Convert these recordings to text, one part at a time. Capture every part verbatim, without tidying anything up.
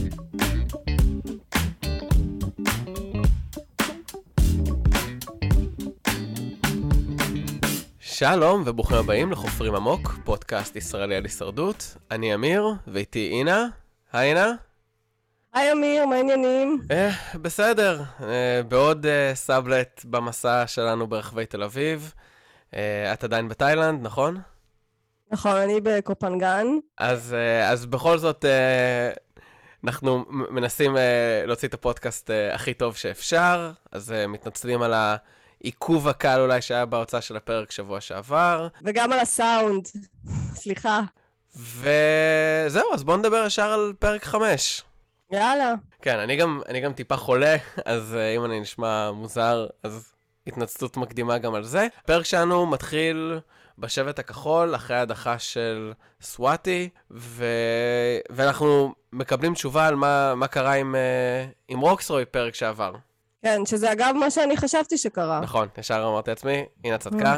שלום וברוכים הבאים לחופרים עמוק, פודקאסט ישראלי על הישרדות. אני אמיר, ואיתי אינה. היי אינה. היי אמיר, מה העניינים? אה, בסדר. אה, בעוד אה, סאבלט במסע שלנו ברחבי תל אביב. אה, את עדיין בתאילנד, נכון? נכון, אני בקופנגן. אז, אה, אז בכל זאת, אה, אנחנו מנסים אה, להוציא את הפודקאסט אה, הכי טוב שאפשר, אז אה, מתנצלים על ה... עיכוב הקל אולי שהיה בהוצאה של הפרק שבוע שעבר. וגם על הסאונד, סליחה. וזהו, אז בואו נדבר ישר על פרק חמש. יאללה. כן, אני גם, אני גם טיפה חולה, אז uh, אם אני נשמע מוזר, אז התנצלות מקדימה גם על זה. הפרק שלנו מתחיל בשבט הכחול, אחרי ההדחה של סואטי, ו... ואנחנו מקבלים תשובה על מה, מה קרה עם, uh, עם רוקסרוי פרק שעבר. כן, שזה אגב מה שאני חשבתי שקרה. נכון, ישר אמרתי לעצמי, הנה צדקה.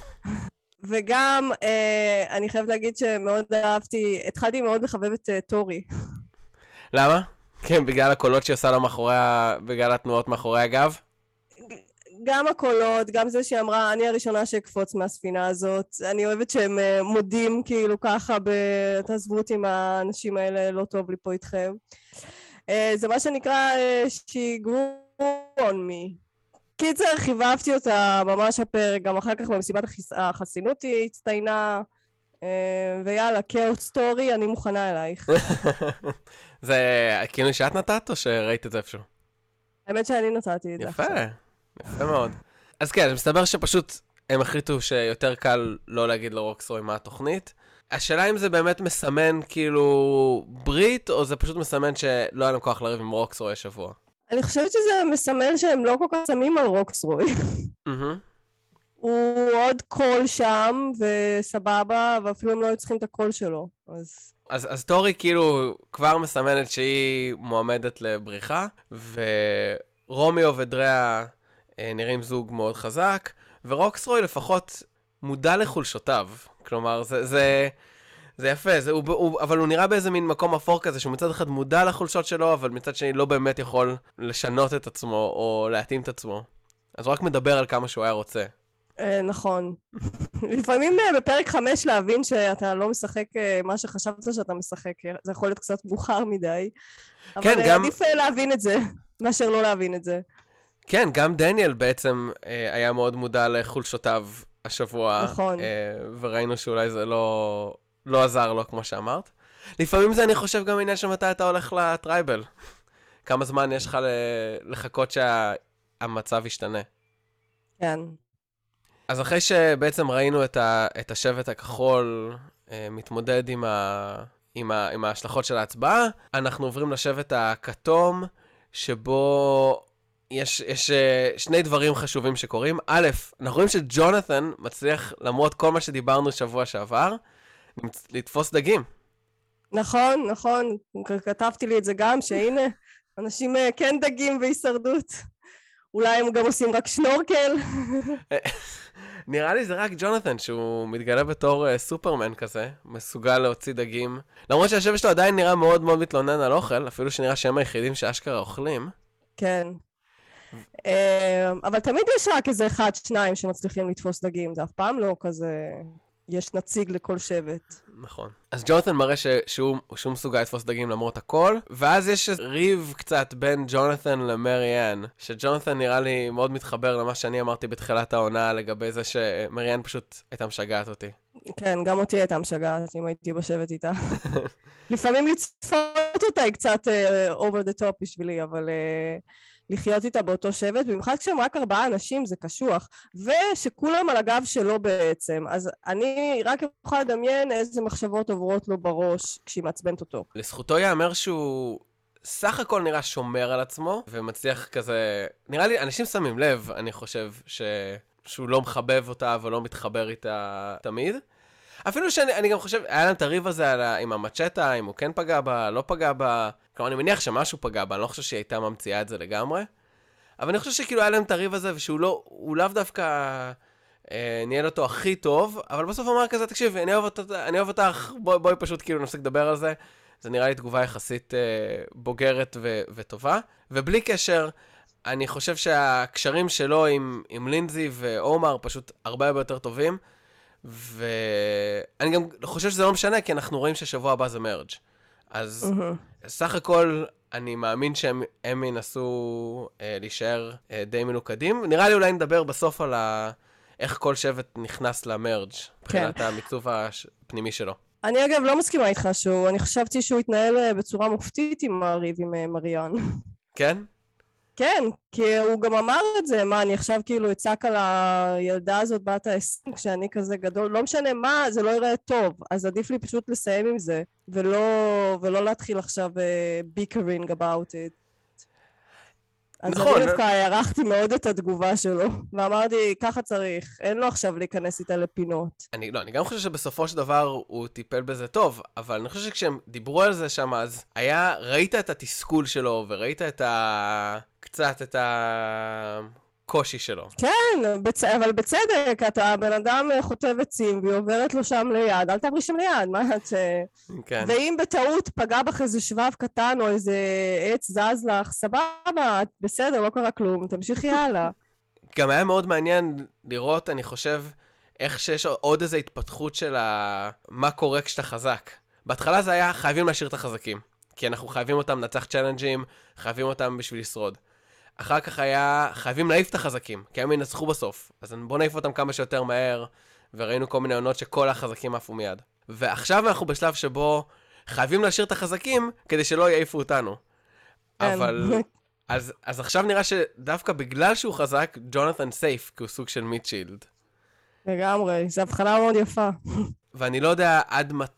וגם, אה, אני חייבת להגיד שמאוד אהבתי, התחלתי מאוד לחבב את אה, טורי. למה? כן, בגלל הקולות שהיא עושה לה מאחורי, בגלל התנועות מאחורי הגב? גם הקולות, גם זה שהיא אמרה, אני הראשונה שאקפוץ מהספינה הזאת. אני אוהבת שהם אה, מודים כאילו ככה, תעזבו אותי עם האנשים האלה, לא טוב לי פה איתכם. אה, זה מה שנקרא אה, שיגרו on me. קיצר, חיבבתי אותה ממש הפרק, גם אחר כך במסיבת החס... החסינות היא הצטיינה, ויאללה, כאוס סטורי, אני מוכנה אלייך. זה כאילו שאת נתת או שראית את זה איפשהו? האמת שאני נתתי את זה יפה, עכשיו. יפה מאוד. אז כן, זה מסתבר שפשוט הם החליטו שיותר קל לא להגיד לרוקסרוי מה התוכנית. השאלה אם זה באמת מסמן כאילו ברית, או זה פשוט מסמן שלא היה להם כוח לריב עם רוקסרוי השבוע? אני חושבת שזה מסמל שהם לא כל כך שמים על רוקסרוי. הוא עוד קול שם, וסבבה, ואפילו הם לא היו צריכים את הקול שלו. אז... אז, אז טורי כאילו כבר מסמנת שהיא מועמדת לבריחה, ורומיו ודריה נראים זוג מאוד חזק, ורוקסרוי לפחות מודע לחולשותיו. כלומר, זה... זה... זה יפה, זה, הוא, הוא, אבל הוא נראה באיזה מין מקום אפור כזה, שהוא מצד אחד מודע לחולשות שלו, אבל מצד שני לא באמת יכול לשנות את עצמו, או להתאים את עצמו. אז הוא רק מדבר על כמה שהוא היה רוצה. אה, נכון. לפעמים בפרק חמש להבין שאתה לא משחק מה שחשבת שאתה משחק, זה יכול להיות קצת מאוחר מדי. כן, אבל גם... עדיף להבין את זה, מאשר לא להבין את זה. כן, גם דניאל בעצם אה, היה מאוד מודע לחולשותיו השבוע. נכון. אה, וראינו שאולי זה לא... לא עזר לו, כמו שאמרת. לפעמים זה, אני חושב, גם עניין שמתי אתה הולך לטרייבל. כמה זמן יש לך לחכות שהמצב ישתנה. כן. אז אחרי שבעצם ראינו את, ה, את השבט הכחול מתמודד עם, ה, עם, ה, עם ההשלכות של ההצבעה, אנחנו עוברים לשבט הכתום, שבו יש, יש שני דברים חשובים שקורים. א', אנחנו רואים שג'ונת'ן מצליח, למרות כל מה שדיברנו שבוע שעבר, לתפוס דגים. נכון, נכון. כתבתי לי את זה גם, שהנה, אנשים כן דגים בהישרדות. אולי הם גם עושים רק שנורקל. נראה לי זה רק ג'ונת'ן, שהוא מתגלה בתור סופרמן כזה, מסוגל להוציא דגים. למרות שהשבט שלו עדיין נראה מאוד מאוד מתלונן על אוכל, אפילו שנראה שהם היחידים שאשכרה אוכלים. כן. אבל תמיד יש רק איזה אחד, שניים שמצליחים לתפוס דגים. זה אף פעם לא כזה... יש נציג לכל שבט. נכון. אז ג'ונת'ן מראה ש- שהוא, שהוא מסוגל לתפוס דגים למרות הכל, ואז יש ריב קצת בין ג'ונת'ן למריאן, שג'ונת'ן נראה לי מאוד מתחבר למה שאני אמרתי בתחילת העונה, לגבי זה שמריאן פשוט הייתה משגעת אותי. כן, גם אותי הייתה משגעת, אם הייתי בשבט איתה. לפעמים לצפות אותה היא קצת uh, over the top בשבילי, אבל... Uh... לחיות איתה באותו שבט, במיוחד כשהם רק ארבעה אנשים זה קשוח, ושכולם על הגב שלו בעצם, אז אני רק יכולה לדמיין איזה מחשבות עוברות לו בראש כשהיא מעצבנת אותו. לזכותו יאמר שהוא סך הכל נראה שומר על עצמו, ומצליח כזה, נראה לי, אנשים שמים לב, אני חושב, ש... שהוא לא מחבב אותה ולא מתחבר איתה תמיד. אפילו שאני אני גם חושב, היה להם את הריב הזה על, עם המצ'טה, אם הוא כן פגע בה, לא פגע בה. כלומר, אני מניח שמשהו פגע בה, אני לא חושב שהיא הייתה ממציאה את זה לגמרי. אבל אני חושב שכאילו היה להם את הריב הזה, ושהוא לא, הוא לאו דווקא אה, ניהל אותו הכי טוב, אבל בסוף אמר כזה, תקשיב, אני אוהב אותך, אני אוהב אותך, בואי, בואי פשוט כאילו נפסיק לדבר על זה. זה נראה לי תגובה יחסית אה, בוגרת ו- וטובה. ובלי קשר, אני חושב שהקשרים שלו עם, עם לינזי ואומר פשוט הרבה הרבה יותר טובים, ואני גם חושב שזה לא משנה, כי אנחנו רואים ששבוע הבא זה מרג'. אז mm-hmm. סך הכל, אני מאמין שהם הם ינסו אה, להישאר אה, די מנוקדים. נראה לי אולי נדבר בסוף על ה... איך כל שבט נכנס למרג' מבחינת כן. המיצוב הפנימי שלו. אני אגב לא מסכימה איתך שהוא, אני חשבתי שהוא התנהל בצורה מופתית עם הריב עם מריאן. כן? כן, כי הוא גם אמר את זה, מה, אני עכשיו כאילו אצעק על הילדה הזאת בת העשרים, כשאני כזה גדול, לא משנה מה, זה לא יראה טוב, אז עדיף לי פשוט לסיים עם זה, ולא, ולא להתחיל עכשיו uh, bickering about it. אז נכון. אני דווקא הערכתי מאוד את התגובה שלו, ואמרתי, ככה צריך, אין לו עכשיו להיכנס איתה לפינות. אני, לא, אני גם חושב שבסופו של דבר הוא טיפל בזה טוב, אבל אני חושב שכשהם דיברו על זה שם, אז היה, ראית את התסכול שלו, וראית את ה... קצת את הקושי שלו. כן, בצ... אבל בצדק, אתה בן אדם חוטב עצים, והיא עוברת לו שם ליד, אל תעברי שם ליד, מה את ש... כן. ואם בטעות פגע בך איזה שבב קטן, או איזה עץ זז לך, סבבה, בסדר, לא קרה כלום, תמשיכי הלאה. גם היה מאוד מעניין לראות, אני חושב, איך שיש עוד איזו התפתחות של ה... מה קורה כשאתה חזק. בהתחלה זה היה חייבים להשאיר את החזקים, כי אנחנו חייבים אותם לנצח צ'אלנג'ים, חייבים אותם בשביל לשרוד. אחר כך היה חייבים להעיף את החזקים, כי הם ינצחו בסוף. אז בואו נעיף אותם כמה שיותר מהר, וראינו כל מיני עונות שכל החזקים עפו מיד. ועכשיו אנחנו בשלב שבו חייבים להשאיר את החזקים, כדי שלא יעיפו אותנו. אבל... אז, אז עכשיו נראה שדווקא בגלל שהוא חזק, ג'ונת'ן סייף, כי הוא סוג של מיטשילד. לגמרי, זו הבחנה מאוד יפה. ואני לא יודע עד מתי...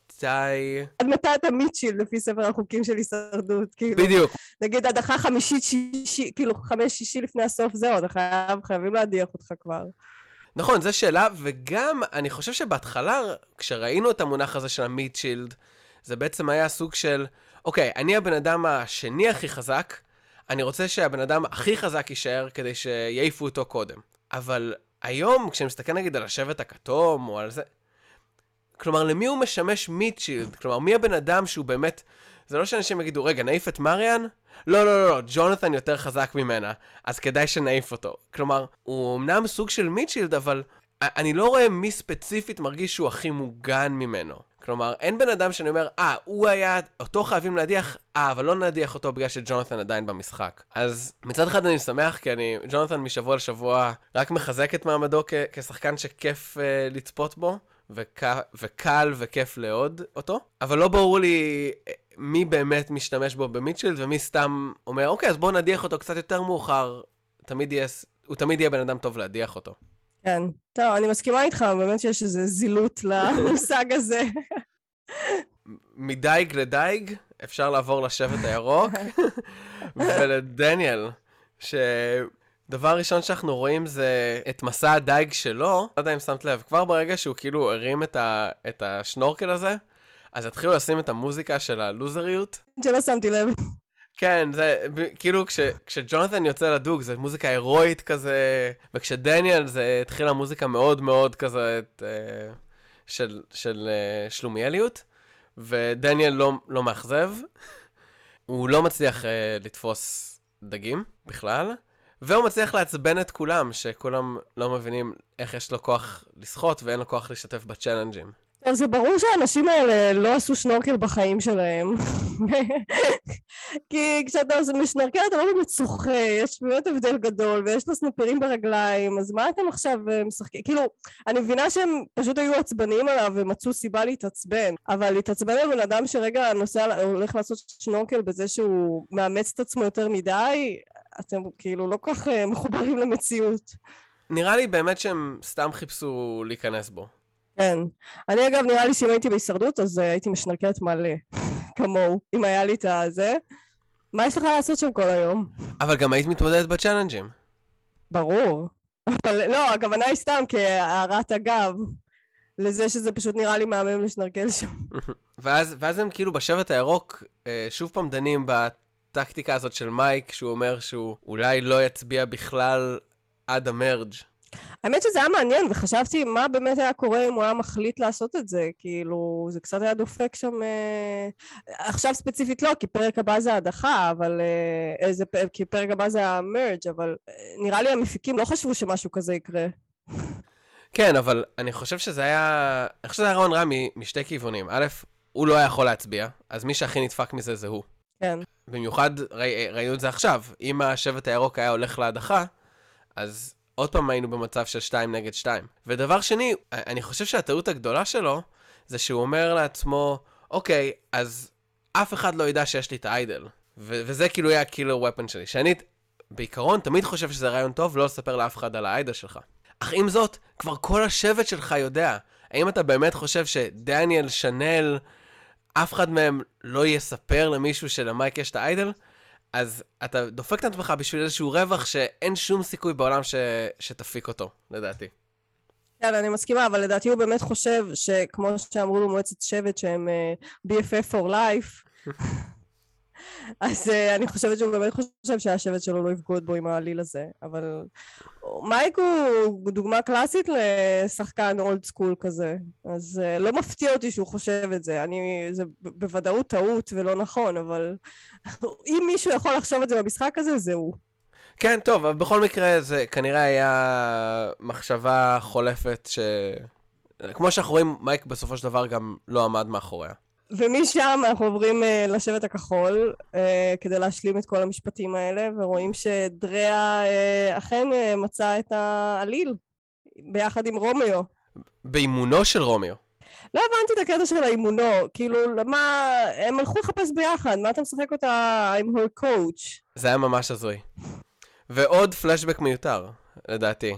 עד מתי אתה מיטשילד לפי ספר החוקים של הישרדות, כאילו. בדיוק. נגיד הדחה חמישית, שישי, כאילו חמש שישי לפני הסוף, זהו, אתה חייב, חייבים להדיח אותך כבר. נכון, זו שאלה, וגם אני חושב שבהתחלה, כשראינו את המונח הזה של המיטשילד, זה בעצם היה סוג של, אוקיי, אני הבן אדם השני הכי חזק, אני רוצה שהבן אדם הכי חזק יישאר כדי שיעיפו אותו קודם. אבל היום, כשמסתכל נגיד על השבט הכתום או על זה, כלומר, למי הוא משמש מיטשילד? כלומר, מי הבן אדם שהוא באמת... זה לא שאנשים יגידו, רגע, נעיף את מריאן? לא, לא, לא, לא, ג'ונת'ן יותר חזק ממנה, אז כדאי שנעיף אותו. כלומר, הוא אמנם סוג של מיטשילד, אבל אני לא רואה מי ספציפית מרגיש שהוא הכי מוגן ממנו. כלומר, אין בן אדם שאני אומר, אה, הוא היה, אותו חייבים להדיח, אה, אבל לא נדיח אותו בגלל שג'ונת'ן עדיין במשחק. אז מצד אחד אני שמח, כי אני, ג'ונת'ן משבוע לשבוע רק מחזק את מעמדו כ- כשחקן שכיף uh, לצפות בו. וקל, וקל וכיף לעוד אותו, אבל לא ברור לי מי באמת משתמש בו במיטשילד, ומי סתם אומר, אוקיי, אז בואו נדיח אותו קצת יותר מאוחר, תמיד יהיה, הוא תמיד יהיה בן אדם טוב להדיח אותו. כן, טוב, אני מסכימה איתך, באמת שיש איזו זילות למושג הזה. מדייג לדייג, אפשר לעבור לשבט הירוק, ולדניאל, ש... דבר ראשון שאנחנו רואים זה את מסע הדייג שלו, לא יודע אם שמת לב, כבר ברגע שהוא כאילו הרים את, ה, את השנורקל הזה, אז התחילו לשים את המוזיקה של הלוזריות. שלא שמתי לב. כן, זה כאילו כש, כשג'ונת'ן יוצא לדוג, זה מוזיקה הירואית כזה, וכשדניאל זה התחיל המוזיקה מאוד מאוד כזה של, של שלומיאליות, ודניאל לא, לא מאכזב, הוא לא מצליח לתפוס דגים בכלל, והוא מצליח לעצבן את כולם, שכולם לא מבינים איך יש לו כוח לשחות ואין לו כוח להשתתף בצ'אלנג'ים. אז זה ברור שהאנשים האלה לא עשו שנורקל בחיים שלהם. כי כשאתה משנורקל אתה לא באמת שוחה, יש באמת הבדל גדול, ויש לו סנפירים ברגליים, אז מה אתם עכשיו משחקים? כאילו, אני מבינה שהם פשוט היו עצבניים עליו ומצאו סיבה להתעצבן, אבל להתעצבן על בן אדם שרגע נוסע, הולך לעשות שנורקל בזה שהוא מאמץ את עצמו יותר מדי, אתם כאילו לא כל כך מחוברים למציאות. נראה לי באמת שהם סתם חיפשו להיכנס בו. כן. אני אגב נראה לי שאם הייתי בהישרדות אז הייתי משנרקלת מלא, כמוהו, אם היה לי את הזה. מה יש לך לעשות שם כל היום? אבל גם היית מתמודדת בצ'אלנג'ים. ברור. אבל לא, הכוונה היא סתם כהערת אגב, לזה שזה פשוט נראה לי מהמם לשנרקל שם. ואז, ואז הם כאילו בשבט הירוק שוב פעם דנים בטקטיקה הזאת של מייק, שהוא אומר שהוא אולי לא יצביע בכלל עד המרג'. האמת שזה היה מעניין, וחשבתי מה באמת היה קורה אם הוא היה מחליט לעשות את זה, כאילו, זה קצת היה דופק שם, אה... עכשיו ספציפית לא, כי פרק הבא זה הדחה, אבל, אה, איזה, כי פרק הבא זה המרג', אבל אה, נראה לי המפיקים לא חשבו שמשהו כזה יקרה. כן, אבל אני חושב שזה היה, אני חושב שזה היה רעיון רע מ- משתי כיוונים. א', הוא לא היה יכול להצביע, אז מי שהכי נדפק מזה זה הוא. כן. במיוחד ראי, ראינו את זה עכשיו. אם השבט הירוק היה הולך להדחה, אז עוד פעם היינו במצב של שתיים נגד שתיים. ודבר שני, אני חושב שהטעות הגדולה שלו, זה שהוא אומר לעצמו, אוקיי, אז אף אחד לא ידע שיש לי את האיידל. ו- וזה כאילו היה הקילר ופן שלי. שאני בעיקרון תמיד חושב שזה רעיון טוב לא לספר לאף אחד על האיידל שלך. אך עם זאת, כבר כל השבט שלך יודע. האם אתה באמת חושב שדניאל, שנל, אף אחד מהם לא יספר למישהו שלמייק יש את האיידל? אז אתה דופק את עצמך בשביל איזשהו רווח שאין שום סיכוי בעולם ש... שתפיק אותו, לדעתי. כן, אני מסכימה, אבל לדעתי הוא באמת חושב שכמו שאמרו לו מועצת שבט שהם uh, בי אף אף for life, אז uh, אני חושבת שהוא באמת חושב שהשבט שלו לא יבגוד בו עם העליל הזה, אבל מייק הוא דוגמה קלאסית לשחקן אולד סקול כזה, אז uh, לא מפתיע אותי שהוא חושב את זה, אני, זה בוודאות טעות ולא נכון, אבל אם מישהו יכול לחשוב את זה במשחק הזה, זה הוא. כן, טוב, אבל בכל מקרה זה כנראה היה מחשבה חולפת ש... כמו שאנחנו רואים, מייק בסופו של דבר גם לא עמד מאחוריה. ומשם אנחנו עוברים uh, לשבט הכחול, uh, כדי להשלים את כל המשפטים האלה, ורואים שדריה uh, אכן uh, מצא את העליל, ביחד עם רומיו. באימונו של רומיו. לא הבנתי את הקטע של האימונו, כאילו, למה, הם הלכו לחפש ביחד, מה אתה משחק אותה עם her coach? זה היה ממש הזוי. ועוד פלשבק מיותר, לדעתי.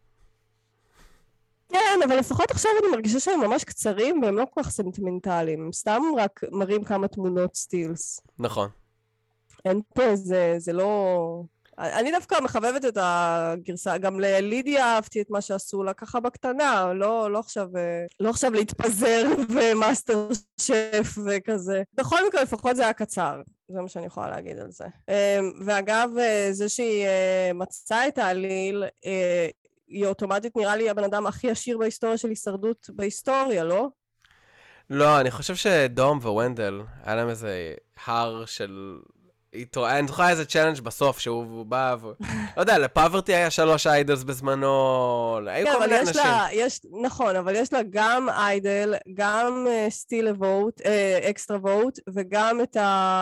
כן, אבל לפחות עכשיו אני מרגישה שהם ממש קצרים, והם לא כל כך סנטימנטליים, הם סתם רק מראים כמה תמונות סטילס. נכון. אין פה, זה, זה לא... אני דווקא מחבבת את הגרסה, גם ללידיה אהבתי את מה שעשו לה ככה בקטנה, לא, לא עכשיו, לא עכשיו להתפזר ומאסטר שף וכזה. בכל מקרה, לפחות זה היה קצר, זה מה שאני יכולה להגיד על זה. ואגב, זה שהיא מצאה את העליל, היא אוטומטית נראה לי הבן אדם הכי עשיר בהיסטוריה של הישרדות בהיסטוריה, לא? לא, אני חושב שדום וונדל, היה להם איזה הר של... אני זוכר איזה צ'אלנג' בסוף, שהוא בא ו... לא יודע, לפאברטי היה שלוש איידלס בזמנו, היו כל מיני אנשים. יש, נכון, אבל יש לה גם איידל, גם סטיל ווט, אקסטרה ווט, וגם את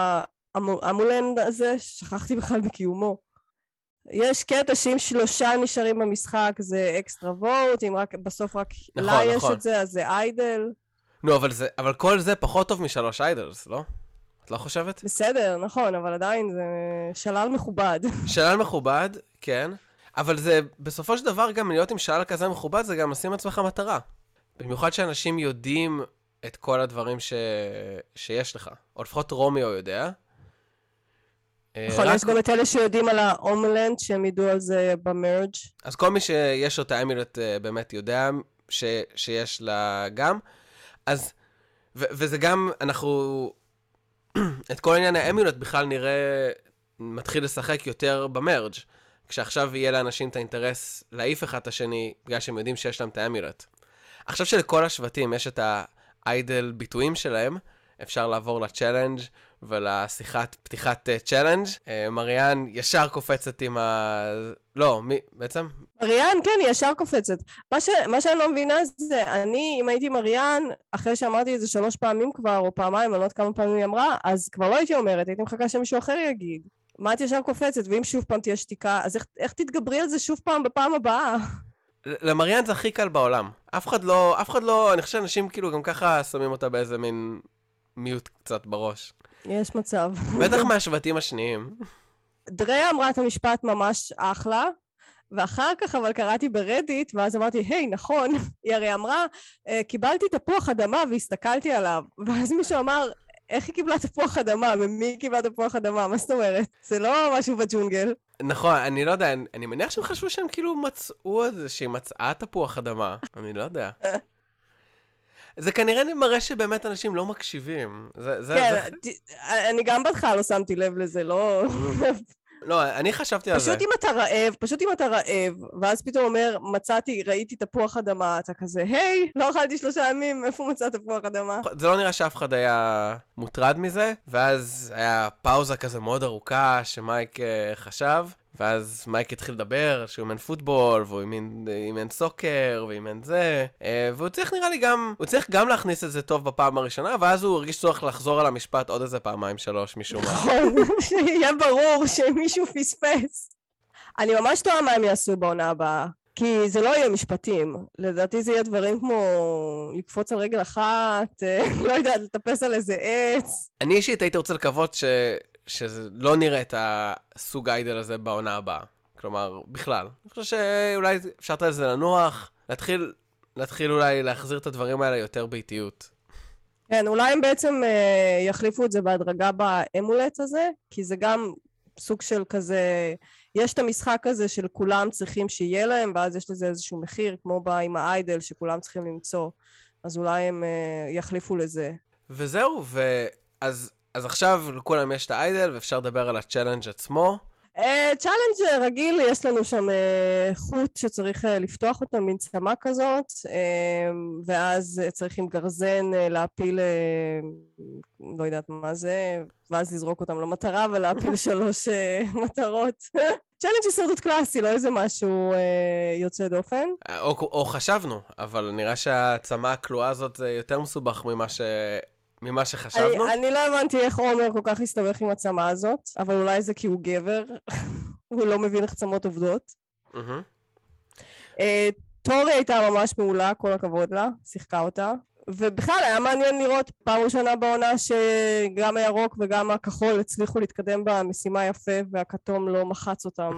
המולנד הזה, שכחתי בכלל בקיומו. יש קטע שאם שלושה נשארים במשחק זה אקסטרה ווט, אם רק, בסוף רק נכון, לה יש נכון. את זה, אז זה איידל. נו, אבל, זה, אבל כל זה פחות טוב משלוש איידלס, לא? את לא חושבת? בסדר, נכון, אבל עדיין זה שלל מכובד. שלל מכובד, כן. אבל זה, בסופו של דבר, גם להיות עם שלל כזה מכובד, זה גם לשים עצמך מטרה. במיוחד שאנשים יודעים את כל הדברים ש... שיש לך. או לפחות רומיו יודע. נכון, רק... יש גם את אלה שיודעים על ההומלנד, שהם ידעו על זה במרג'. אז כל מי שיש לו את האמילט באמת יודע ש... שיש לה גם. אז, ו... וזה גם, אנחנו... את כל עניין האמילט בכלל נראה מתחיל לשחק יותר במרג', כשעכשיו יהיה לאנשים את האינטרס להעיף אחד את השני, בגלל שהם יודעים שיש להם את האמילט. עכשיו שלכל השבטים יש את האיידל ביטויים שלהם, אפשר לעבור לצ'לנג' ולשיחת פתיחת צ'לנג'. מריאן ישר קופצת עם ה... לא, מי... בעצם? מריאן, כן, היא ישר קופצת. מה, ש... מה שאני לא מבינה זה, אני, אם הייתי מריאן, אחרי שאמרתי את זה שלוש פעמים כבר, או פעמיים, אני לא יודעת כמה פעמים היא אמרה, אז כבר לא הייתי אומרת, הייתי מחכה שמישהו אחר יגיד. מה את ישר קופצת? ואם שוב פעם תהיה שתיקה, אז איך, איך תתגברי על זה שוב פעם בפעם הבאה? למריאן זה הכי קל בעולם. אף אחד לא, אף אחד לא, אני חושב שאנשים כאילו גם ככה שמים אותה באיזה מין מיוט קצת בראש. יש מצב. בטח מהשבטים השניים. דריה אמרה את המשפט ממש אחלה, ואחר כך אבל קראתי ברדיט, ואז אמרתי, היי, נכון, היא הרי אמרה, קיבלתי תפוח אדמה והסתכלתי עליו, ואז מישהו אמר, איך היא קיבלה תפוח אדמה? ומי קיבלה תפוח אדמה? מה זאת אומרת? זה לא משהו בג'ונגל. נכון, אני לא יודע, אני, אני מניח שהם חשבו שהם כאילו מצאו את זה, שהיא מצאה תפוח אדמה, אני לא יודע. זה כנראה מראה שבאמת אנשים לא מקשיבים. זה, זה, כן, זה... אני גם בהתחלה לא שמתי לב לזה, לא... לא, אני חשבתי על זה. פשוט אם אתה רעב, פשוט אם אתה רעב, ואז פתאום אומר, מצאתי, ראיתי תפוח אדמה, אתה כזה, היי, לא אכלתי שלושה ימים, איפה מצאת תפוח אדמה? זה לא נראה שאף אחד היה מוטרד מזה, ואז היה פאוזה כזה מאוד ארוכה שמייק uh, חשב, ואז מייק התחיל לדבר שהוא אימן פוטבול, והוא אימן, אימן סוקר, ואימן זה, uh, והוא צריך נראה לי גם, הוא צריך גם להכניס את זה טוב בפעם הראשונה, ואז הוא הרגיש צורך לחזור על המשפט עוד איזה פעמיים שלוש משום מה. נכון, שיהיה ברור שמישהו פספס. אני ממש טועה מה הם יעשו בעונה הבאה. כי זה לא יהיה משפטים. לדעתי זה יהיה דברים כמו לקפוץ על רגל אחת, לא יודעת, לטפס על איזה עץ. אני אישית הייתי רוצה לקוות ש... שזה לא נראה את הסוג האיידל הזה בעונה הבאה. כלומר, בכלל. אני חושב שאולי אפשר לתת לזה לנוח, להתחיל, להתחיל אולי להחזיר את הדברים האלה יותר באיטיות. כן, אולי הם בעצם uh, יחליפו את זה בהדרגה באמולט הזה, כי זה גם סוג של כזה... יש את המשחק הזה של כולם צריכים שיהיה להם, ואז יש לזה איזשהו מחיר, כמו בא עם האיידל שכולם צריכים למצוא. אז אולי הם uh, יחליפו לזה. וזהו, ואז אז עכשיו לכולם יש את האיידל, ואפשר לדבר על הצ'לנג' עצמו. צ'אלנג' uh, רגיל, יש לנו שם uh, חוט שצריך uh, לפתוח אותה, מין צמה כזאת, uh, ואז uh, צריך עם גרזן uh, להפיל, uh, לא יודעת מה זה, ואז לזרוק אותם למטרה ולהפיל שלוש uh, מטרות. צ'אלנג' הישרדות קלאסי, לא איזה משהו uh, יוצא דופן. או, או חשבנו, אבל נראה שהצמה הכלואה הזאת זה יותר מסובך ממה ש... ממה שחשבנו. אני, אני לא הבנתי איך עומר כל כך הסתבך עם הצמה הזאת, אבל אולי זה כי הוא גבר, הוא לא מבין איך צמות עובדות. Uh, טורי הייתה ממש מעולה, כל הכבוד לה, שיחקה אותה. ובכלל היה מעניין לראות פעם ראשונה בעונה שגם הירוק וגם הכחול הצליחו להתקדם במשימה יפה, והכתום לא מחץ אותם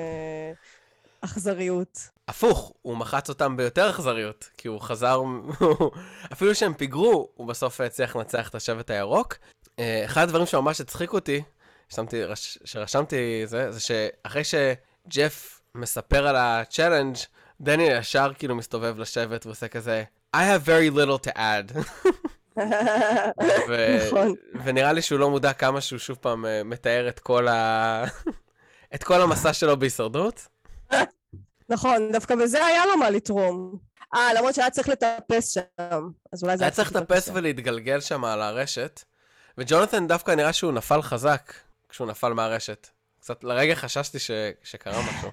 באכזריות. הפוך, הוא מחץ אותם ביותר אכזריות, כי הוא חזר, אפילו שהם פיגרו, הוא בסוף הצליח לנצח את השבט הירוק. אחד הדברים שממש הצחיק אותי, ששמתי, שרשמתי זה, זה שאחרי שג'ף מספר על הצ'לנג', דני ישר כאילו מסתובב לשבט ועושה כזה, I have very little to add. נכון. ונראה לי שהוא לא מודע כמה שהוא שוב פעם מתאר את כל ה... את כל המסע שלו בהישרדות. נכון, דווקא בזה היה לו מה לתרום. אה, למרות שהיה צריך לטפס שם. אז אולי זה היה צריך לטפס ולהתגלגל שם על הרשת. וג'ונתן דווקא נראה שהוא נפל חזק כשהוא נפל מהרשת. קצת לרגע חששתי ש... שקרה משהו.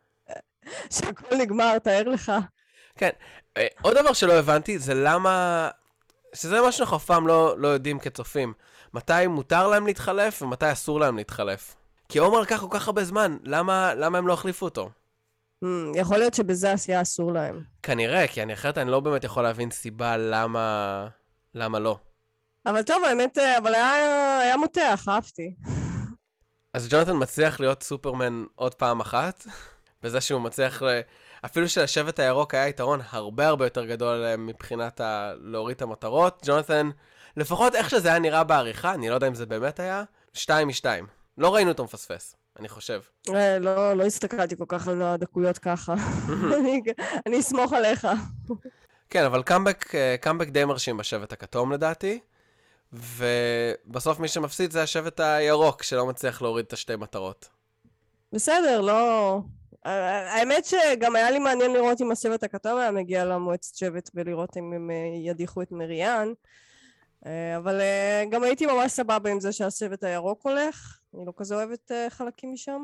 שהכל נגמר, תאר לך. כן. עוד דבר שלא הבנתי זה למה... שזה מה שאנחנו אף פעם לא, לא יודעים כצופים. מתי מותר להם להתחלף ומתי אסור להם להתחלף. כי עומר לקח כל כך הרבה זמן, למה, למה הם לא החליפו אותו? Hmm, יכול להיות שבזה עשייה אסור להם. כנראה, כי אני אחרת אני לא באמת יכול להבין סיבה למה, למה לא. אבל טוב, האמת, אבל היה, היה מותח, אהבתי. אז ג'ונתן מצליח להיות סופרמן עוד פעם אחת, בזה שהוא מצליח, אפילו שלשבט הירוק היה יתרון הרבה הרבה יותר גדול מבחינת ה... להוריד את המטרות. ג'ונתן, לפחות איך שזה היה נראה בעריכה, אני לא יודע אם זה באמת היה, שתיים משתיים. לא ראינו אותו מפספס, אני חושב. לא, לא הסתכלתי כל כך על הדקויות ככה. אני אסמוך עליך. כן, אבל קאמבק, קאמבק די מרשים בשבט הכתום לדעתי, ובסוף מי שמפסיד זה השבט הירוק, שלא מצליח להוריד את השתי מטרות. בסדר, לא... האמת שגם היה לי מעניין לראות אם השבט הכתום היה מגיע למועצת שבט ולראות אם הם ידיחו את מריאן, אבל גם הייתי ממש סבבה עם זה שהשבט הירוק הולך. אני לא כזה אוהבת חלקים משם.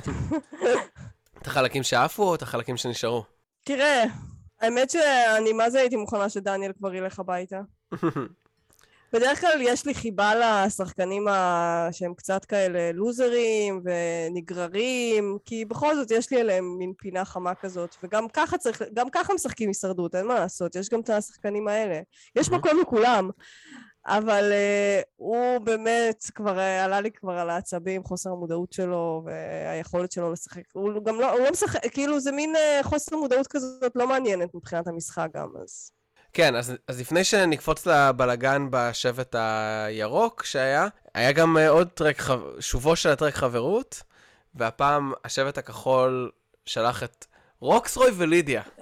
את החלקים שעפו או את החלקים שנשארו? תראה, האמת שאני מה זה הייתי מוכנה שדניאל כבר ילך הביתה. בדרך כלל יש לי חיבה לשחקנים שהם קצת כאלה לוזרים ונגררים, כי בכל זאת יש לי אליהם מין פינה חמה כזאת, וגם ככה צריך, גם ככה משחקים הישרדות, אין מה לעשות, יש גם את השחקנים האלה. יש מקום לכולם, אבל uh, הוא באמת כבר uh, עלה לי כבר על העצבים, חוסר המודעות שלו והיכולת שלו לשחק. הוא גם לא, הוא לא משחק, כאילו זה מין uh, חוסר מודעות כזאת לא מעניינת מבחינת המשחק גם, אז... כן, אז, אז לפני שנקפוץ לבלגן בשבט הירוק שהיה, היה גם עוד טרק, שובו של הטרק חברות, והפעם השבט הכחול שלח את רוקסרוי ולידיה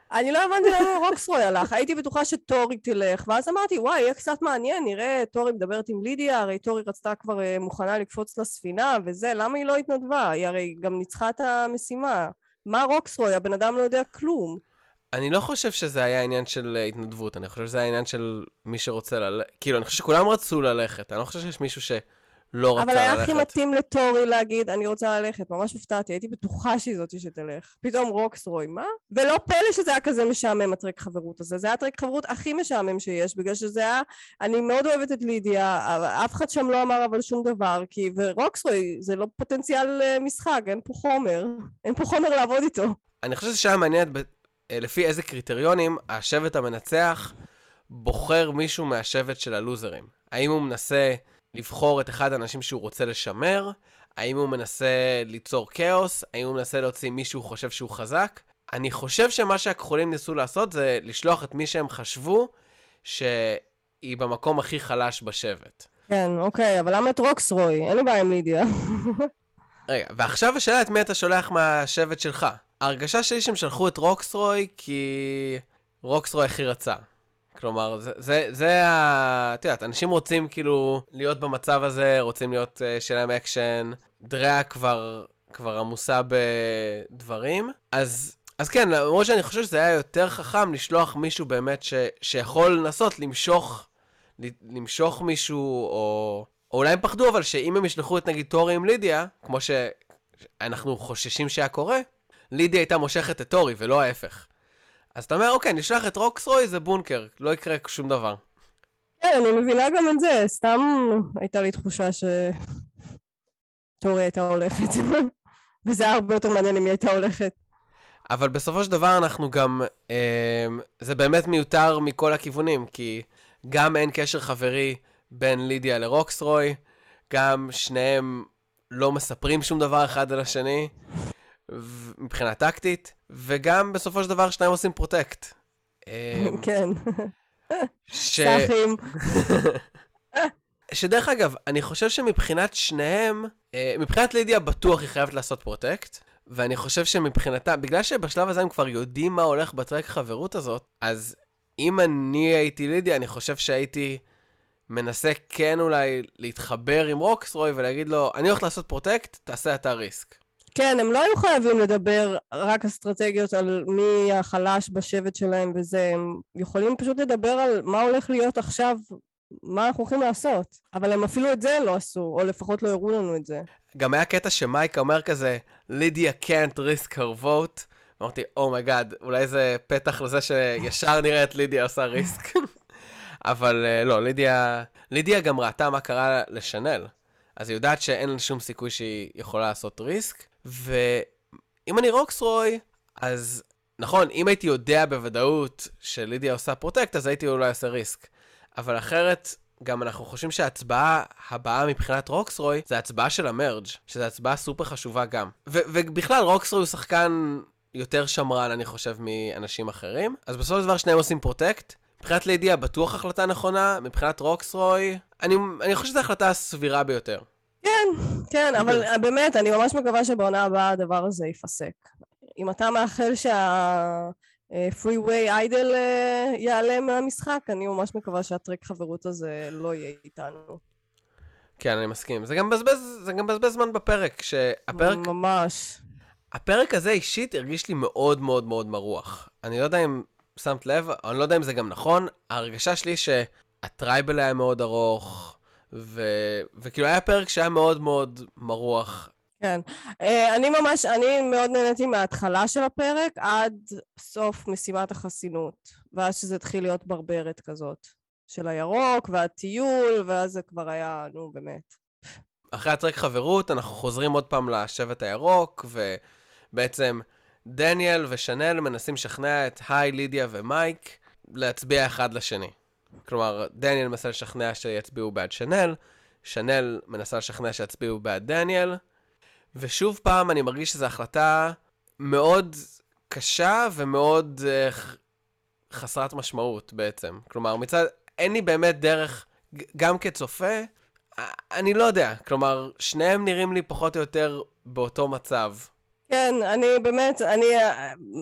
אני לא הבנתי למה רוקסרוי הלך, הייתי בטוחה שטורי תלך, ואז אמרתי, וואי, יהיה קצת מעניין, נראה, טורי מדברת עם לידיה, הרי טורי רצתה כבר אה, מוכנה לקפוץ לספינה, וזה, למה היא לא התנדבה? היא הרי גם ניצחה את המשימה. מה רוקסרוי? הבן אדם לא יודע כלום. אני לא חושב שזה היה עניין של אה, התנדבות, אני חושב שזה היה עניין של מי שרוצה ללכת. כאילו, אני חושב שכולם רצו ללכת, אני לא חושב שיש מישהו שלא רצה ללכת. אבל היה הכי מתאים לטורי להגיד, אני רוצה ללכת, ממש הופתעתי, הייתי בטוחה שהיא זאתי שתלך. פתאום רוקסרוי, מה? ולא פלא שזה היה כזה משעמם, הטרק חברות הזה. זה היה הטרק חברות הכי משעמם שיש, בגלל שזה היה, אני מאוד אוהבת את לידיה, אף אחד שם לא אמר אבל שום דבר, כי, ורוקסרוי, זה לא פוטנציאל אה, משחק, אין פה חומר. אין פה חומר לעבוד איתו. אני חושב שזה שהיה מעניין ב- אה, לפי איזה קריטריונים השבט המנצח בוחר מישהו מהשבט של הלוזרים. האם הוא מנסה לבחור את אחד האנשים שהוא רוצה לשמר? האם הוא מנסה ליצור כאוס? האם הוא מנסה להוציא מישהו חושב שהוא חזק? אני חושב שמה שהכחולים ניסו לעשות זה לשלוח את מי שהם חשבו שהיא במקום הכי חלש בשבט. כן, אוקיי, אבל למה את רוקסרוי? אין לי בעיה עם לידיה. רגע, ועכשיו השאלה את מי אתה שולח מהשבט שלך. ההרגשה שלי שהם שלחו את רוקסרוי כי רוקסרוי הכי רצה. כלומר, זה, זה, זה ה... את יודעת, אנשים רוצים כאילו להיות במצב הזה, רוצים להיות uh, שלהם אקשן, דריה כבר, כבר עמוסה בדברים, אז, אז כן, למרות שאני חושב שזה היה יותר חכם לשלוח מישהו באמת ש, שיכול לנסות למשוך, למשוך מישהו, או, או אולי הם פחדו, אבל שאם הם ישלחו את נגיד טורי עם לידיה, כמו שאנחנו חוששים שהיה קורה, לידיה הייתה מושכת את טורי ולא ההפך. אז אתה אומר, אוקיי, נשלח את רוקסרוי, זה בונקר, לא יקרה שום דבר. כן, אני מבינה גם את זה, סתם הייתה לי תחושה שטורי הייתה הולכת, וזה היה הרבה יותר מעניין אם היא הייתה הולכת. אבל בסופו של דבר אנחנו גם, אה, זה באמת מיותר מכל הכיוונים, כי גם אין קשר חברי בין לידיה לרוקסרוי, גם שניהם לא מספרים שום דבר אחד על השני, מבחינה טקטית, וגם בסופו של דבר שניים עושים פרוטקט. כן. ש... סחים. שדרך אגב, אני חושב שמבחינת שניהם, מבחינת לידיה בטוח היא חייבת לעשות פרוטקט, ואני חושב שמבחינתה, בגלל שבשלב הזה הם כבר יודעים מה הולך בטרק חברות הזאת, אז אם אני הייתי לידיה, אני חושב שהייתי מנסה כן אולי להתחבר עם רוקסרוי ולהגיד לו, אני הולך לעשות פרוטקט, תעשה אתה ריסק. כן, הם לא היו חייבים לדבר רק אסטרטגיות על מי החלש בשבט שלהם וזה, הם יכולים פשוט לדבר על מה הולך להיות עכשיו, מה אנחנו הולכים לעשות, אבל הם אפילו את זה לא עשו, או לפחות לא הראו לנו את זה. גם היה קטע שמייק אומר כזה, לידיה can't risk her vote, אמרתי, אומייגאד, אולי זה פתח לזה שישר נראה את לידיה עושה ריסק. אבל לא, לידיה, לידיה גם ראתה מה קרה לשנל, אז היא יודעת שאין לה שום סיכוי שהיא יכולה לעשות ריסק, ואם אני רוקסרוי, אז נכון, אם הייתי יודע בוודאות שלידיה עושה פרוטקט, אז הייתי אולי עושה ריסק. אבל אחרת, גם אנחנו חושבים שההצבעה הבאה מבחינת רוקסרוי, זה ההצבעה של המרג', שזו הצבעה סופר חשובה גם. ו- ובכלל, רוקסרוי הוא שחקן יותר שמרן, אני חושב, מאנשים אחרים. אז בסופו של דבר שניהם עושים פרוטקט. מבחינת לידיה, בטוח החלטה נכונה, מבחינת רוקסרוי, אני, אני חושב שזו החלטה סבירה ביותר. כן, כן, אבל באמת, אני ממש מקווה שבעונה הבאה הדבר הזה ייפסק. אם אתה מאחל שה-Freeway Idol יעלה מהמשחק, אני ממש מקווה שהטרק חברות הזה לא יהיה איתנו. כן, אני מסכים. זה גם בזבז, זה גם בזבז זמן בפרק, שהפרק... ממש. הפרק הזה אישית הרגיש לי מאוד מאוד מאוד מרוח. אני לא יודע אם שמת לב, אני לא יודע אם זה גם נכון, ההרגשה שלי שהטרייבל היה מאוד ארוך, ו... וכאילו היה פרק שהיה מאוד מאוד מרוח. כן, אני ממש, אני מאוד נהניתי מההתחלה של הפרק עד סוף משימת החסינות, ואז שזה התחיל להיות ברברת כזאת, של הירוק והטיול, ואז זה כבר היה, נו באמת. אחרי הטרק חברות אנחנו חוזרים עוד פעם לשבט הירוק, ובעצם דניאל ושנל מנסים לשכנע את היי, לידיה ומייק להצביע אחד לשני. כלומר, דניאל מנסה לשכנע שיצביעו בעד שנל, שנל מנסה לשכנע שיצביעו בעד דניאל, ושוב פעם אני מרגיש שזו החלטה מאוד קשה ומאוד uh, חסרת משמעות בעצם. כלומר, מצד, אין לי באמת דרך, גם כצופה, אני לא יודע. כלומר, שניהם נראים לי פחות או יותר באותו מצב. כן, אני באמת, אני...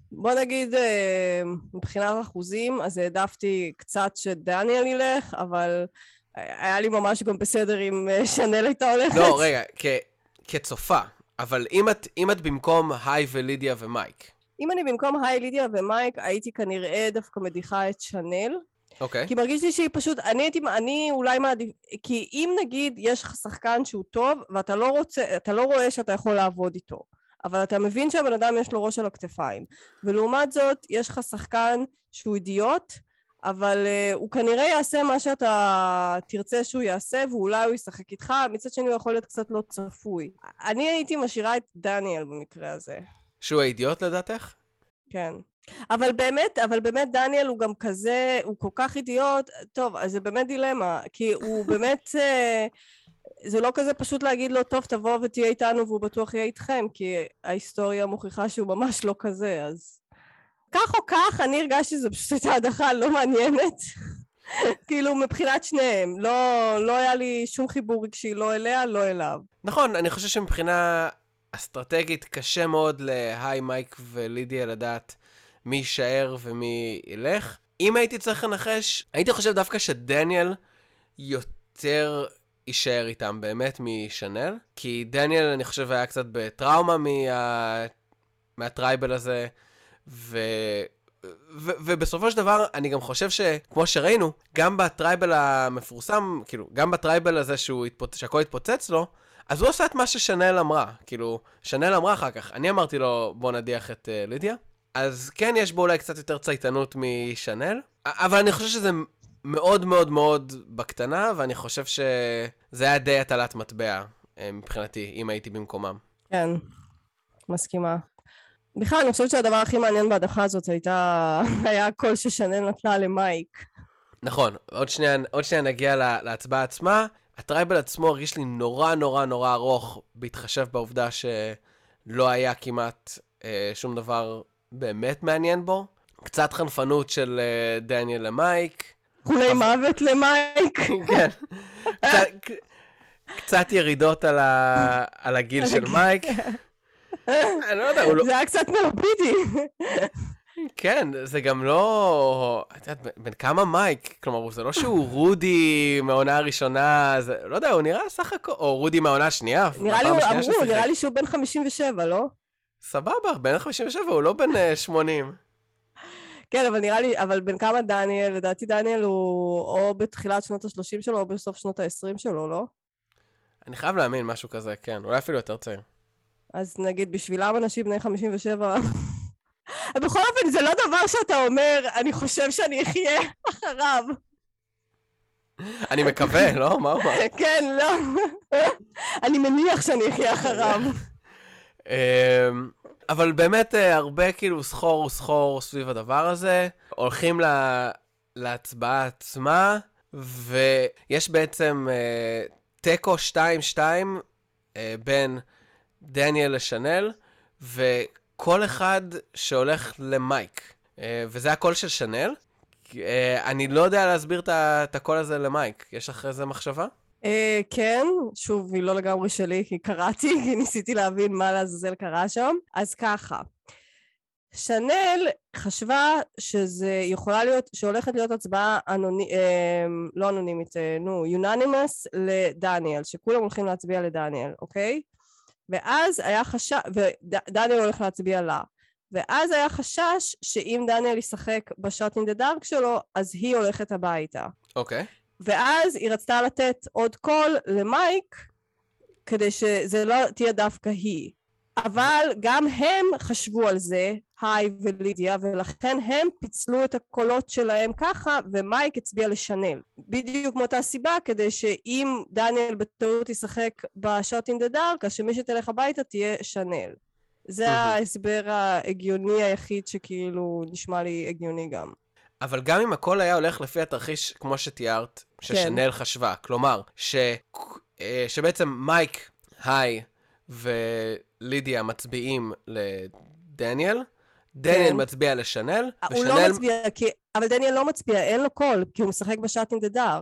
בוא נגיד, אה, מבחינת אחוזים, אז העדפתי קצת שדניאל ילך, אבל היה לי ממש גם בסדר אם אה, שנל הייתה הולכת. לא, רגע, כ... כצופה, אבל אם את, אם את במקום היי ולידיה ומייק. אם אני במקום היי, לידיה ומייק, הייתי כנראה דווקא מדיחה את שנל. אוקיי. כי מרגיש לי שהיא פשוט, אני הייתי, אני אולי מעדיף, כי אם נגיד יש לך שחקן שהוא טוב, ואתה לא רוצה, אתה לא רואה שאתה יכול לעבוד איתו, אבל אתה מבין שהבן אדם יש לו ראש על הכתפיים, ולעומת זאת יש לך שחקן שהוא אידיוט, אבל uh, הוא כנראה יעשה מה שאתה תרצה שהוא יעשה, ואולי הוא ישחק איתך, מצד שני הוא יכול להיות קצת לא צפוי. אני הייתי משאירה את דניאל במקרה הזה. שהוא האידיוט לדעתך? כן. אבל באמת, אבל באמת דניאל הוא גם כזה, הוא כל כך אידיוט, טוב, אז זה באמת דילמה, כי הוא באמת, זה לא כזה פשוט להגיד לו, טוב, תבוא ותהיה איתנו, והוא בטוח יהיה איתכם, כי ההיסטוריה מוכיחה שהוא ממש לא כזה, אז... כך או כך, אני הרגשתי שזו פשוט הייתה הדחה לא מעניינת, כאילו מבחינת שניהם, לא, לא היה לי שום חיבור רגשי, לא אליה, לא אליו. נכון, אני חושב שמבחינה אסטרטגית קשה מאוד להי, מייק ולידיה לדעת מי יישאר ומי ילך. אם הייתי צריך לנחש, הייתי חושב דווקא שדניאל יותר יישאר איתם באמת משנל, כי דניאל אני חושב היה קצת בטראומה מה... מהטרייבל הזה, ו... ו- ובסופו של דבר, אני גם חושב שכמו שראינו, גם בטרייבל המפורסם, כאילו, גם בטרייבל הזה שהוא התפוצ... שהכל התפוצץ לו, אז הוא עושה את מה ששנל אמרה. כאילו, שנל אמרה אחר כך, אני אמרתי לו, בוא נדיח את uh, לידיה. אז כן, יש בו אולי קצת יותר צייתנות משנל, אבל אני חושב שזה מאוד מאוד מאוד בקטנה, ואני חושב שזה היה די הטלת מטבע, מבחינתי, אם הייתי במקומם. כן, מסכימה. בכלל, אני חושבת שהדבר הכי מעניין בהדחה הזאת הייתה, היה הקול ששנל נתנה למייק. נכון, עוד שנייה, עוד שנייה נגיע לה, להצבעה עצמה. הטרייבל עצמו הרגיש לי נורא נורא נורא ארוך, בהתחשב בעובדה שלא היה כמעט אה, שום דבר באמת מעניין בו. קצת חנפנות של אה, דניאל למייק. חולי אבל... מוות למייק. כן. קצת, קצת ירידות על, ה, על הגיל של מייק. אני לא יודע, הוא לא... זה היה קצת מורבידי. כן, זה גם לא... את יודעת, בין כמה מייק? כלומר, זה לא שהוא רודי מהעונה הראשונה, זה... לא יודע, הוא נראה סך הכל... או רודי מהעונה השנייה. נראה לי, אמרו, נראה לי שהוא בן חמישים ושבע, לא? סבבה, בן חמישים ושבע, הוא לא בן שמונים. כן, אבל נראה לי, אבל בין כמה דניאל? לדעתי דניאל הוא או בתחילת שנות ה-שלושים שלו, או בסוף שנות ה-עשרים שלו, לא? אני חייב להאמין משהו כזה, כן. אולי אפילו יותר צעיר. אז נגיד, בשבילם אנשים בני חמישים ושבע... בכל אופן, זה לא דבר שאתה אומר, אני חושב שאני אחיה אחריו. אני מקווה, לא? מה אומר? כן, לא. אני מניח שאני אחיה אחריו. אבל באמת הרבה כאילו סחור וסחור סביב הדבר הזה. הולכים להצבעה עצמה, ויש בעצם טקו שתיים שתיים בין דניאל לשנל, וכל אחד שהולך למייק. וזה הקול של שנל. אני לא יודע להסביר את הקול הזה למייק. יש לך איזה מחשבה? כן, שוב, היא לא לגמרי שלי, כי קראתי, כי ניסיתי להבין מה לעזאזל קרה שם. אז ככה, שנל חשבה שזה יכולה להיות, שהולכת להיות הצבעה אנונימית, לא אנונימית, נו, יוננימוס לדניאל, שכולם הולכים להצביע לדניאל, אוקיי? ואז היה חשש, ודניאל הולך להצביע לה. ואז היה חשש שאם דניאל ישחק בשוט אין דה דארק שלו, אז היא הולכת הביתה. אוקיי. Okay. ואז היא רצתה לתת עוד קול למייק, כדי שזה לא תהיה דווקא היא. אבל גם הם חשבו על זה, היי ולידיה, ולכן הם פיצלו את הקולות שלהם ככה, ומייק הצביע לשנל. בדיוק מאותה סיבה, כדי שאם דניאל בטעות ישחק בשוט אין דה דארק, אז שמי שתלך הביתה תהיה שנל. זה ההסבר ההגיוני היחיד שכאילו נשמע לי הגיוני גם. אבל גם אם הכל היה הולך לפי התרחיש כמו שתיארת, ששנל כן. חשבה, כלומר, ש... שבעצם מייק, היי ולידיה מצביעים לדניאל, דניאל כן. מצביע לשנל, הוא ושנל... לא מצביע, כי... אבל דניאל לא מצביע, אין לו קול, כי הוא משחק בשאט אין דה דארק.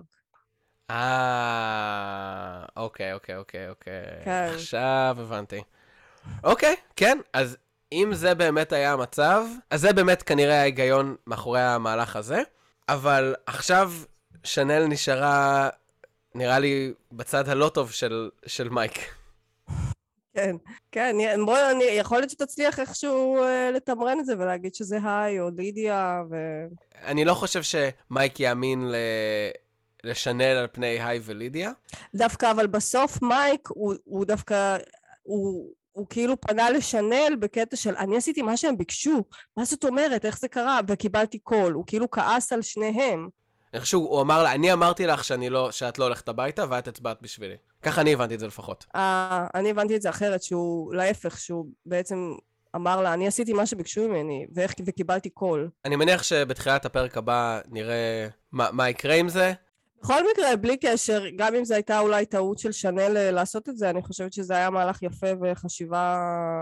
אה, אוקיי, אוקיי, אוקיי, אוקיי. כן. עכשיו הבנתי. אוקיי, כן, אז אם זה באמת היה המצב, אז זה באמת כנראה ההיגיון מאחורי המהלך הזה, אבל עכשיו שנל נשארה, נראה לי, בצד הלא טוב של, של מייק. כן, כן, בוא, אני, יכול להיות שתצליח איכשהו אה, לתמרן את זה ולהגיד שזה היי או לידיה ו... אני לא חושב שמייק יאמין ל... לשנל על פני היי ולידיה. דווקא, אבל בסוף מייק הוא, הוא דווקא, הוא, הוא כאילו פנה לשנל בקטע של אני עשיתי מה שהם ביקשו, מה זאת אומרת, איך זה קרה, וקיבלתי קול, הוא כאילו כעס על שניהם. אני חושב שהוא אמר לה, אני אמרתי לך שאני לא, שאת לא הולכת הביתה ואת הצבעת בשבילי. ככה אני הבנתי את זה לפחות. אה, אני הבנתי את זה אחרת, שהוא להפך, שהוא בעצם אמר לה, אני עשיתי מה שביקשו ממני, ואיך, וקיבלתי קול. אני מניח שבתחילת הפרק הבא נראה מה, מה יקרה עם זה. בכל מקרה, בלי קשר, גם אם זו הייתה אולי טעות של שנל לעשות את זה, אני חושבת שזה היה מהלך יפה וחשיבה...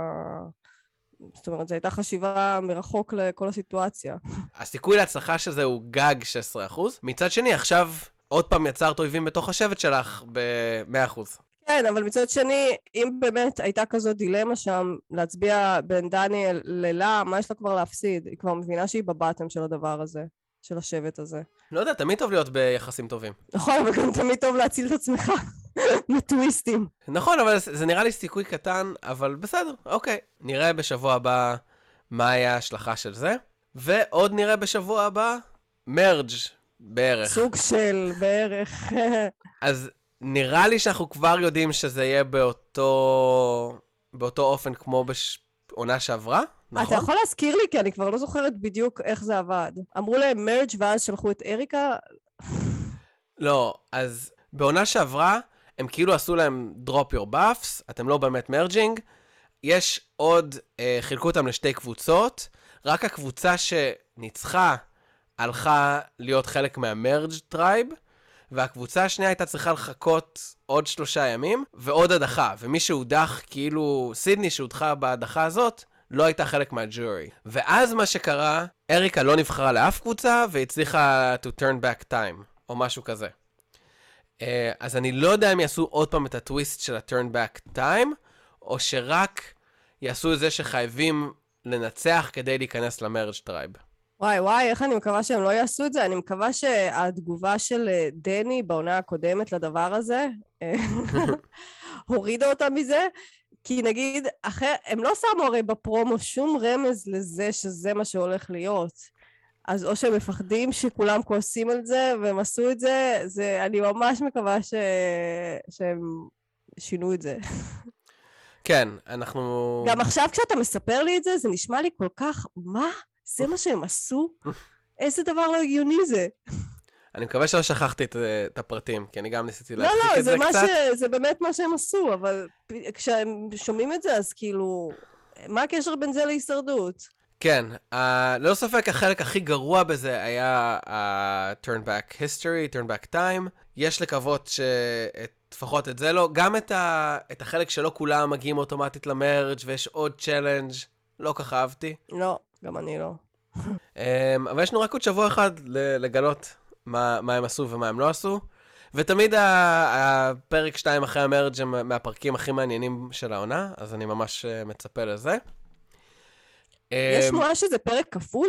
זאת אומרת, זו הייתה חשיבה מרחוק לכל הסיטואציה. הסיכוי להצלחה של זה הוא גג שש עשרה אחוז. מצד שני, עכשיו עוד פעם יצרת אויבים בתוך השבט שלך ב-מאה אחוז. כן, אבל מצד שני, אם באמת הייתה כזאת דילמה שם, להצביע בין דניאל ללה, מה יש לה כבר להפסיד? היא כבר מבינה שהיא בבטם של הדבר הזה, של השבט הזה. לא יודע, תמיד טוב להיות ביחסים טובים. נכון, אבל גם תמיד טוב להציל את עצמך מטוויסטים. נכון, אבל זה נראה לי סיכוי קטן, אבל בסדר, אוקיי. נראה בשבוע הבא מה היה ההשלכה של זה, ועוד נראה בשבוע הבא מרג' בערך. סוג של בערך. אז נראה לי שאנחנו כבר יודעים שזה יהיה באותו, באותו אופן כמו בעונה שעברה, נכון? אתה יכול להזכיר לי, כי אני כבר לא זוכרת בדיוק איך זה עבד. אמרו להם מרג' ואז שלחו את אריקה. לא, אז בעונה שעברה, הם כאילו עשו להם drop your buffs, אתם לא באמת מרג'ינג, יש עוד, אה, חילקו אותם לשתי קבוצות, רק הקבוצה שניצחה הלכה להיות חלק מהמרג' טרייב, והקבוצה השנייה הייתה צריכה לחכות עוד שלושה ימים, ועוד הדחה, ומי שהודח, כאילו סידני שהודחה בהדחה הזאת, לא הייתה חלק מהג'ורי. ואז מה שקרה, אריקה לא נבחרה לאף קבוצה, והצליחה to turn back time, או משהו כזה. אז אני לא יודע אם יעשו עוד פעם את הטוויסט של ה-turn back time, או שרק יעשו את זה שחייבים לנצח כדי להיכנס למרג' טרייב. וואי וואי, איך אני מקווה שהם לא יעשו את זה? אני מקווה שהתגובה של דני בעונה הקודמת לדבר הזה, הורידה אותה מזה, כי נגיד, אחר, הם לא שמו הרי בפרומו שום רמז לזה שזה מה שהולך להיות. אז או שהם מפחדים שכולם כועסים על זה, והם עשו את זה, זה אני ממש מקווה ש... שהם שינו את זה. כן, אנחנו... גם עכשיו כשאתה מספר לי את זה, זה נשמע לי כל כך, מה? זה מה שהם עשו? איזה דבר לא הגיוני זה? אני מקווה שלא שכחתי את, את הפרטים, כי אני גם ניסיתי לא, להפסיק לא, את זה, זה זה קצת. ש... זה באמת מה שהם עשו, אבל כשהם שומעים את זה, אז כאילו, מה הקשר בין זה להישרדות? כן, uh, לא ספק, החלק הכי גרוע בזה היה ה-turn back history, turn back time. יש לקוות שלפחות את זה לא, גם את, ה... את החלק שלא כולם מגיעים אוטומטית למרג' ויש עוד צ'לנג', לא כך אהבתי. לא, גם אני לא. um, אבל יש לנו רק עוד שבוע אחד לגלות מה, מה הם עשו ומה הם לא עשו. ותמיד הפרק שתיים אחרי המרג' הם מהפרקים הכי מעניינים של העונה, אז אני ממש מצפה לזה. יש שמועה שזה פרק כפול?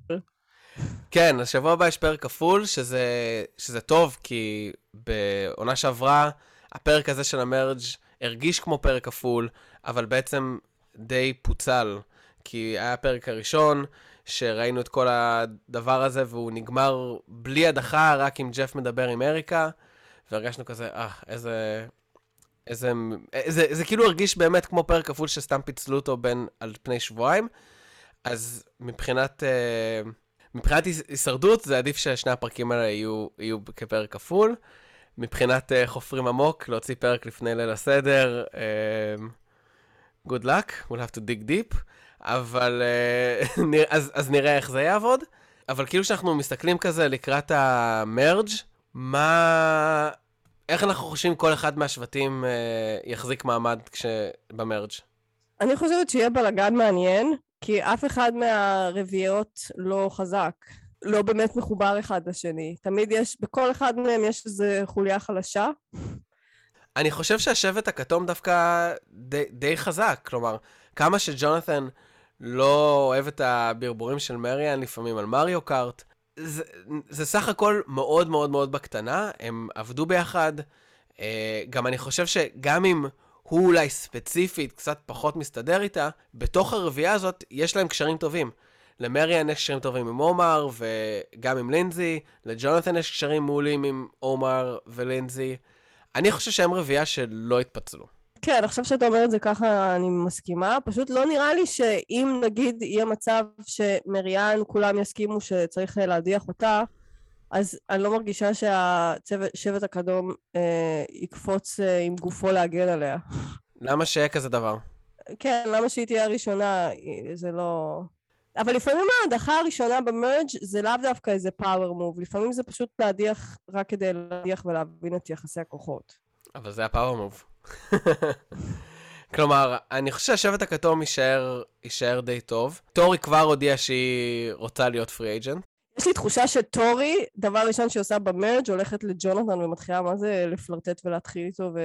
כן, השבוע הבא יש פרק כפול, שזה, שזה טוב, כי בעונה שעברה, הפרק הזה של המרג' הרגיש כמו פרק כפול, אבל בעצם די פוצל, כי היה הפרק הראשון, שראינו את כל הדבר הזה, והוא נגמר בלי הדחה, רק עם ג'ף מדבר עם אריקה, והרגשנו כזה, אה, איזה... איזה... זה, זה כאילו הרגיש באמת כמו פרק כפול שסתם פיצלו אותו בין על פני שבועיים, אז מבחינת, מבחינת הישרדות, זה עדיף ששני הפרקים האלה יהיו, יהיו כפרק כפול. מבחינת חופרים עמוק, להוציא פרק לפני ליל הסדר, good luck, we'll have to dig deep, אבל אז, אז נראה איך זה יעבוד. אבל כאילו שאנחנו מסתכלים כזה לקראת המרג', מה, איך אנחנו חושבים כל אחד מהשבטים יחזיק מעמד כשבמרג'? אני חושבת שיהיה בלגן מעניין, כי אף אחד מהרביעיות לא חזק, לא באמת מחובר אחד לשני. תמיד יש, בכל אחד מהם יש איזו חוליה חלשה. אני חושב שהשבט הכתום דווקא די, די חזק, כלומר, כמה שג'ונתן לא אוהב את הברבורים של מריאן לפעמים על מריו קארט. זה, זה סך הכל מאוד מאוד מאוד בקטנה, הם עבדו ביחד. גם אני חושב שגם אם הוא אולי ספציפית קצת פחות מסתדר איתה, בתוך הרביעייה הזאת יש להם קשרים טובים. למריאן יש קשרים טובים עם עומר וגם עם לינזי, לג'ונתן יש קשרים מעולים עם עומר ולינזי. אני חושב שהם רביעייה שלא התפצלו. כן, עכשיו שאתה אומר את זה ככה אני מסכימה, פשוט לא נראה לי שאם נגיד יהיה מצב שמריאן כולם יסכימו שצריך להדיח אותה, אז אני לא מרגישה שהשבט הקדום אה, יקפוץ אה, עם גופו להגן עליה. למה שיהיה כזה דבר? כן, למה שהיא תהיה הראשונה, זה לא... אבל לפעמים ההדחה הראשונה במרג' זה לאו דווקא איזה פאוור מוב, לפעמים זה פשוט להדיח רק כדי להדיח ולהבין את יחסי הכוחות. אבל זה הפאוור מוב. כלומר, אני חושב שהשבט הכתום יישאר, יישאר די טוב. טורי כבר הודיעה שהיא רוצה להיות פרי אייג'נט. יש לי תחושה שטורי, דבר ראשון שהיא עושה במרג' הולכת לג'ונתן ומתחילה מה זה לפלרטט ולהתחיל איתו ו...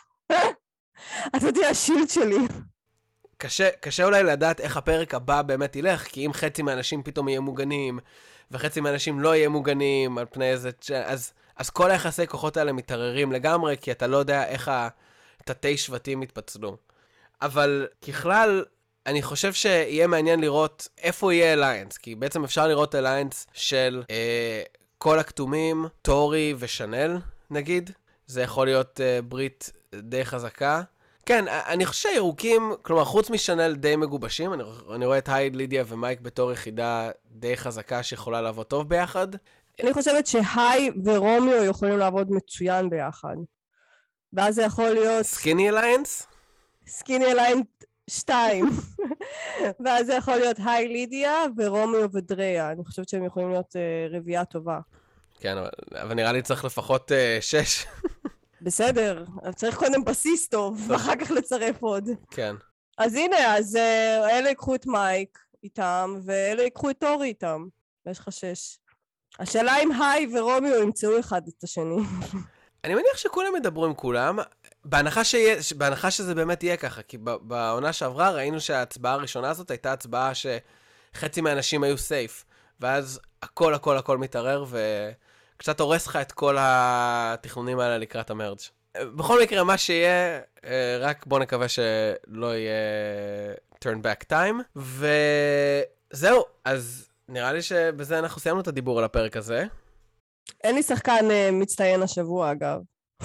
אתה יודע, השילד שלי. קשה, קשה אולי לדעת איך הפרק הבא באמת ילך, כי אם חצי מהאנשים פתאום יהיה מוגנים, וחצי מהאנשים לא יהיה מוגנים על פני איזה... אז, אז כל היחסי כוחות האלה מתערערים לגמרי, כי אתה לא יודע איך התתי שבטים יתפצלו. אבל ככלל, אני חושב שיהיה מעניין לראות איפה יהיה אליינס, כי בעצם אפשר לראות אליינס של אה, כל הכתומים, טורי ושנל, נגיד. זה יכול להיות אה, ברית די חזקה. כן, אני חושב שהירוקים, כלומר, חוץ משנל די מגובשים, אני, אני רואה את הייד, לידיה ומייק בתור יחידה די חזקה שיכולה לעבוד טוב ביחד. אני חושבת שהי ורומיו יכולים לעבוד מצוין ביחד. ואז זה יכול להיות... סקיני אליינס? סקיני אליינס שתיים. ואז זה יכול להיות היי לידיה ורומיו ודריה. אני חושבת שהם יכולים להיות uh, רביעייה טובה. כן, אבל, אבל נראה לי צריך לפחות uh, שש. בסדר, צריך קודם בסיס טוב, ואחר כך לצרף עוד. כן. אז הנה, אז uh, אלה יקחו את מייק איתם, ואלה יקחו את טורי איתם. ויש לך שש. השאלה אם היי ורומיו ימצאו אחד את השני. אני מניח שכולם ידברו עם כולם, בהנחה, שיה, בהנחה שזה באמת יהיה ככה, כי בעונה שעברה ראינו שההצבעה הראשונה הזאת הייתה הצבעה שחצי מהאנשים היו סייף, ואז הכל הכל הכל מתערער, וקצת הורס לך את כל התכנונים האלה לקראת המרג'. בכל מקרה, מה שיהיה, רק בוא נקווה שלא יהיה turn back time, וזהו, אז נראה לי שבזה אנחנו סיימנו את הדיבור על הפרק הזה. אין לי שחקן uh, מצטיין השבוע, אגב.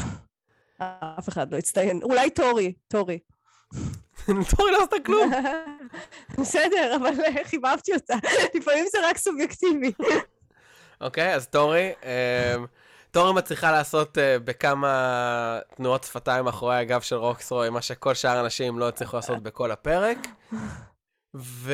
אף אחד לא הצטיין. אולי טורי, טורי. טורי לא עשתה כלום. בסדר, אבל חיבבתי אותה. לפעמים זה רק סובייקטיבי. אוקיי, אז טורי. טורי מצליחה לעשות uh, בכמה תנועות שפתיים מאחורי הגב של רוקסרוי, מה שכל שאר האנשים לא הצליחו לעשות בכל הפרק. ו...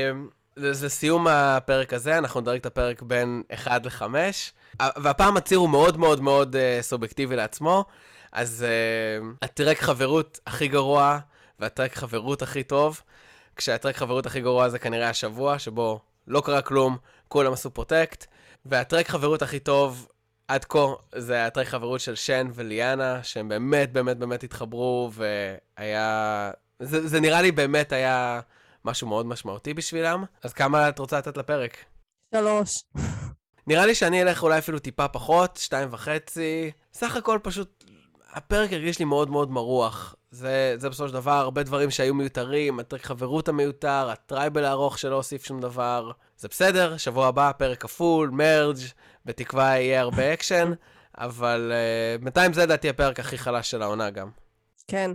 זה סיום הפרק הזה, אנחנו נדרג את הפרק בין אחד לחמש, והפעם הציר הוא מאוד מאוד מאוד uh, סובייקטיבי לעצמו, אז uh, הטרק חברות הכי גרוע, והטרק חברות הכי טוב, כשהטרק חברות הכי גרוע זה כנראה השבוע, שבו לא קרה כלום, כולם עשו פרוטקט, והטרק חברות הכי טוב עד כה, זה הטרק חברות של שן וליאנה, שהם באמת באמת באמת התחברו, והיה... זה, זה נראה לי באמת היה... משהו מאוד משמעותי בשבילם. אז כמה את רוצה לתת לפרק? שלוש. נראה לי שאני אלך אולי אפילו טיפה פחות, שתיים וחצי. סך הכל פשוט, הפרק הרגיש לי מאוד מאוד מרוח. זה, זה בסופו של דבר, הרבה דברים שהיו מיותרים, הטרק חברות המיותר, הטרייבל הארוך שלא הוסיף שום דבר. זה בסדר, שבוע הבא, פרק כפול, מרג', בתקווה יהיה הרבה אקשן, אבל uh, בינתיים זה לדעתי הפרק הכי חלש של העונה גם. כן,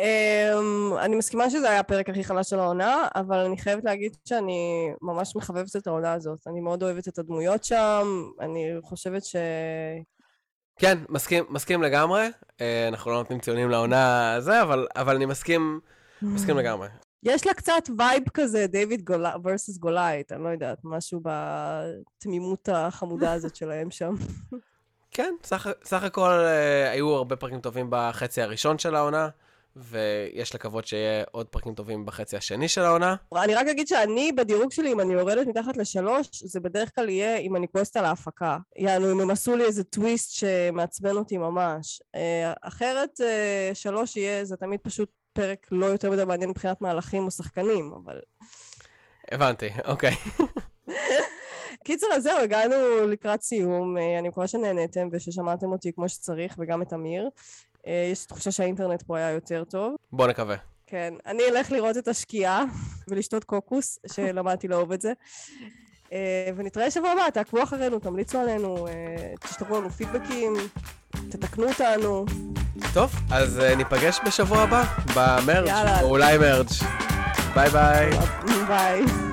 um, אני מסכימה שזה היה הפרק הכי חלש של העונה, אבל אני חייבת להגיד שאני ממש מחבבת את העונה הזאת. אני מאוד אוהבת את הדמויות שם, אני חושבת ש... כן, מסכים, מסכים לגמרי. אנחנו לא נותנים ציונים לעונה הזה, אבל, אבל אני מסכים, מסכים לגמרי. יש לה קצת וייב כזה, דיוויד versus גולייט, אני לא יודעת, משהו בתמימות החמודה הזאת שלהם שם. כן, סך, סך הכל אה, היו הרבה פרקים טובים בחצי הראשון של העונה, ויש לקוות שיהיה עוד פרקים טובים בחצי השני של העונה. אני רק אגיד שאני, בדירוג שלי, אם אני יורדת מתחת לשלוש, זה בדרך כלל יהיה אם אני כועסת על ההפקה. יענו, אם הם עשו לי איזה טוויסט שמעצבן אותי ממש. אה, אחרת, אה, שלוש יהיה, זה תמיד פשוט פרק לא יותר מדי מעניין מבחינת מהלכים או שחקנים, אבל... הבנתי, אוקיי. קיצר, אז זהו, הגענו לקראת סיום. אני מקווה שנהנתם וששמעתם אותי כמו שצריך, וגם את אמיר. יש תחושה שהאינטרנט פה היה יותר טוב. בוא נקווה. כן, אני אלך לראות את השקיעה ולשתות קוקוס, שלמדתי לאהוב את זה. ונתראה שבוע הבא, תעקבו אחרינו, תמליצו עלינו, תשתתפו לנו פידבקים, תתקנו אותנו. טוב, אז ניפגש בשבוע הבא, במרג', יאללה. או אולי מרג'. ביי ביי. ביי.